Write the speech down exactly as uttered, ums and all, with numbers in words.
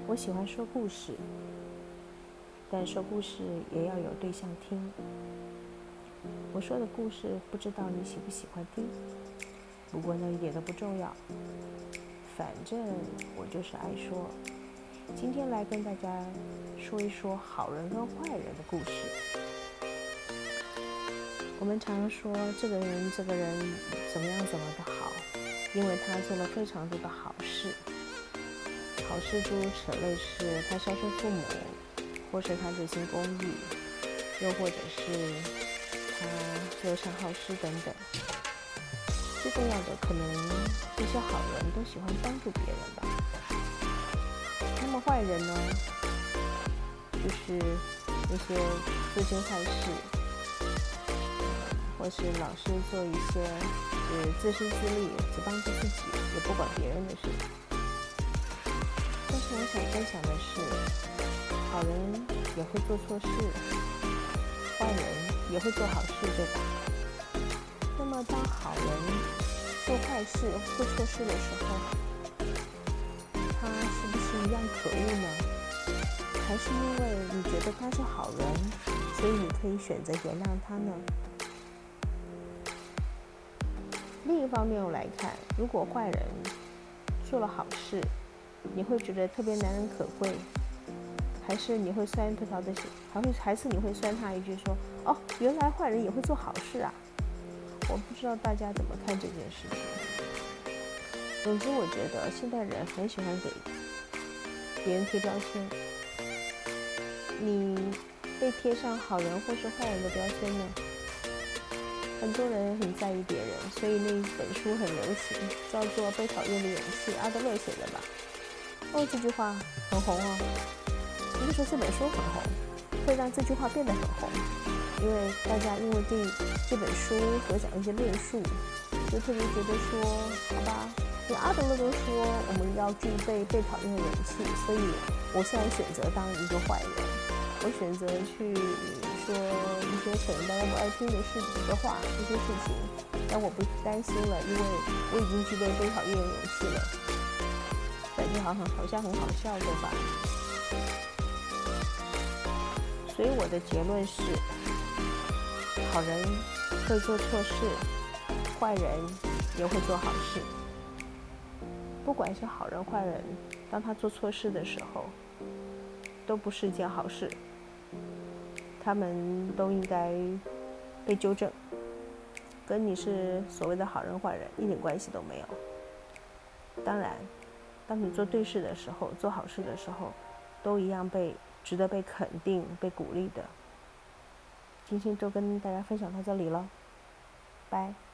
我喜欢说故事，但说故事也要有对象听。我说的故事不知道你喜不喜欢听，不过那一点都不重要，反正我就是爱说。今天来跟大家说一说好人跟坏人的故事。我们常说这个人这个人怎么样怎么的好，因为他做了非常多的好事。好事诸如此类是他孝顺父母，或是他热心公益，又或者是他乐善好施等等。最重要的，可能这些好人都喜欢帮助别人吧。那么坏人呢，就是那些做尽坏事，或是老是做一些呃自私自利，只帮助自己，也不管别人的事。但是我想分享的是，好人也会做错事，坏人也会做好事，对吧？那么当好人做坏事、做错事的时候，他是不是一样可恶呢？还是因为你觉得他是好人，所以你可以选择原谅他呢？另一方面我来看，如果坏人做了好事，你会觉得特别难能可贵，还是你会酸葡萄的，还会还是你会酸他一句说：“哦，原来坏人也会做好事啊！”我不知道大家怎么看这件事情。总之，我觉得现代人很喜欢给别人贴标签。你被贴上好人或是坏人的标签呢？很多人很在意别人，所以那一本书很流行，叫做《被讨厌的勇气》，阿德勒写的吧。哦，这句话很红哦。不是说这本书很红，会让这句话变得很红，因为大家因为这这本书所讲的一些论述，就特别觉得说，好吧，连阿德勒都说我们要具备被讨厌的勇气，所以我现在选择当一个坏人，我选择去说一些可能大家不爱听的事情的话，这些事情，但我不担心了，因为我已经具备被讨厌的勇气了。感觉好像好像很好笑，对吧？所以我的结论是，好人会做错事，坏人也会做好事。不管是好人坏人，当他做错事的时候，都不是一件好事。他们都应该被纠正，跟你是所谓的好人坏人一点关系都没有。当然，当你做对事的时候，做好事的时候，都一样被值得被肯定、被鼓励的。今天就跟大家分享到这里了，拜。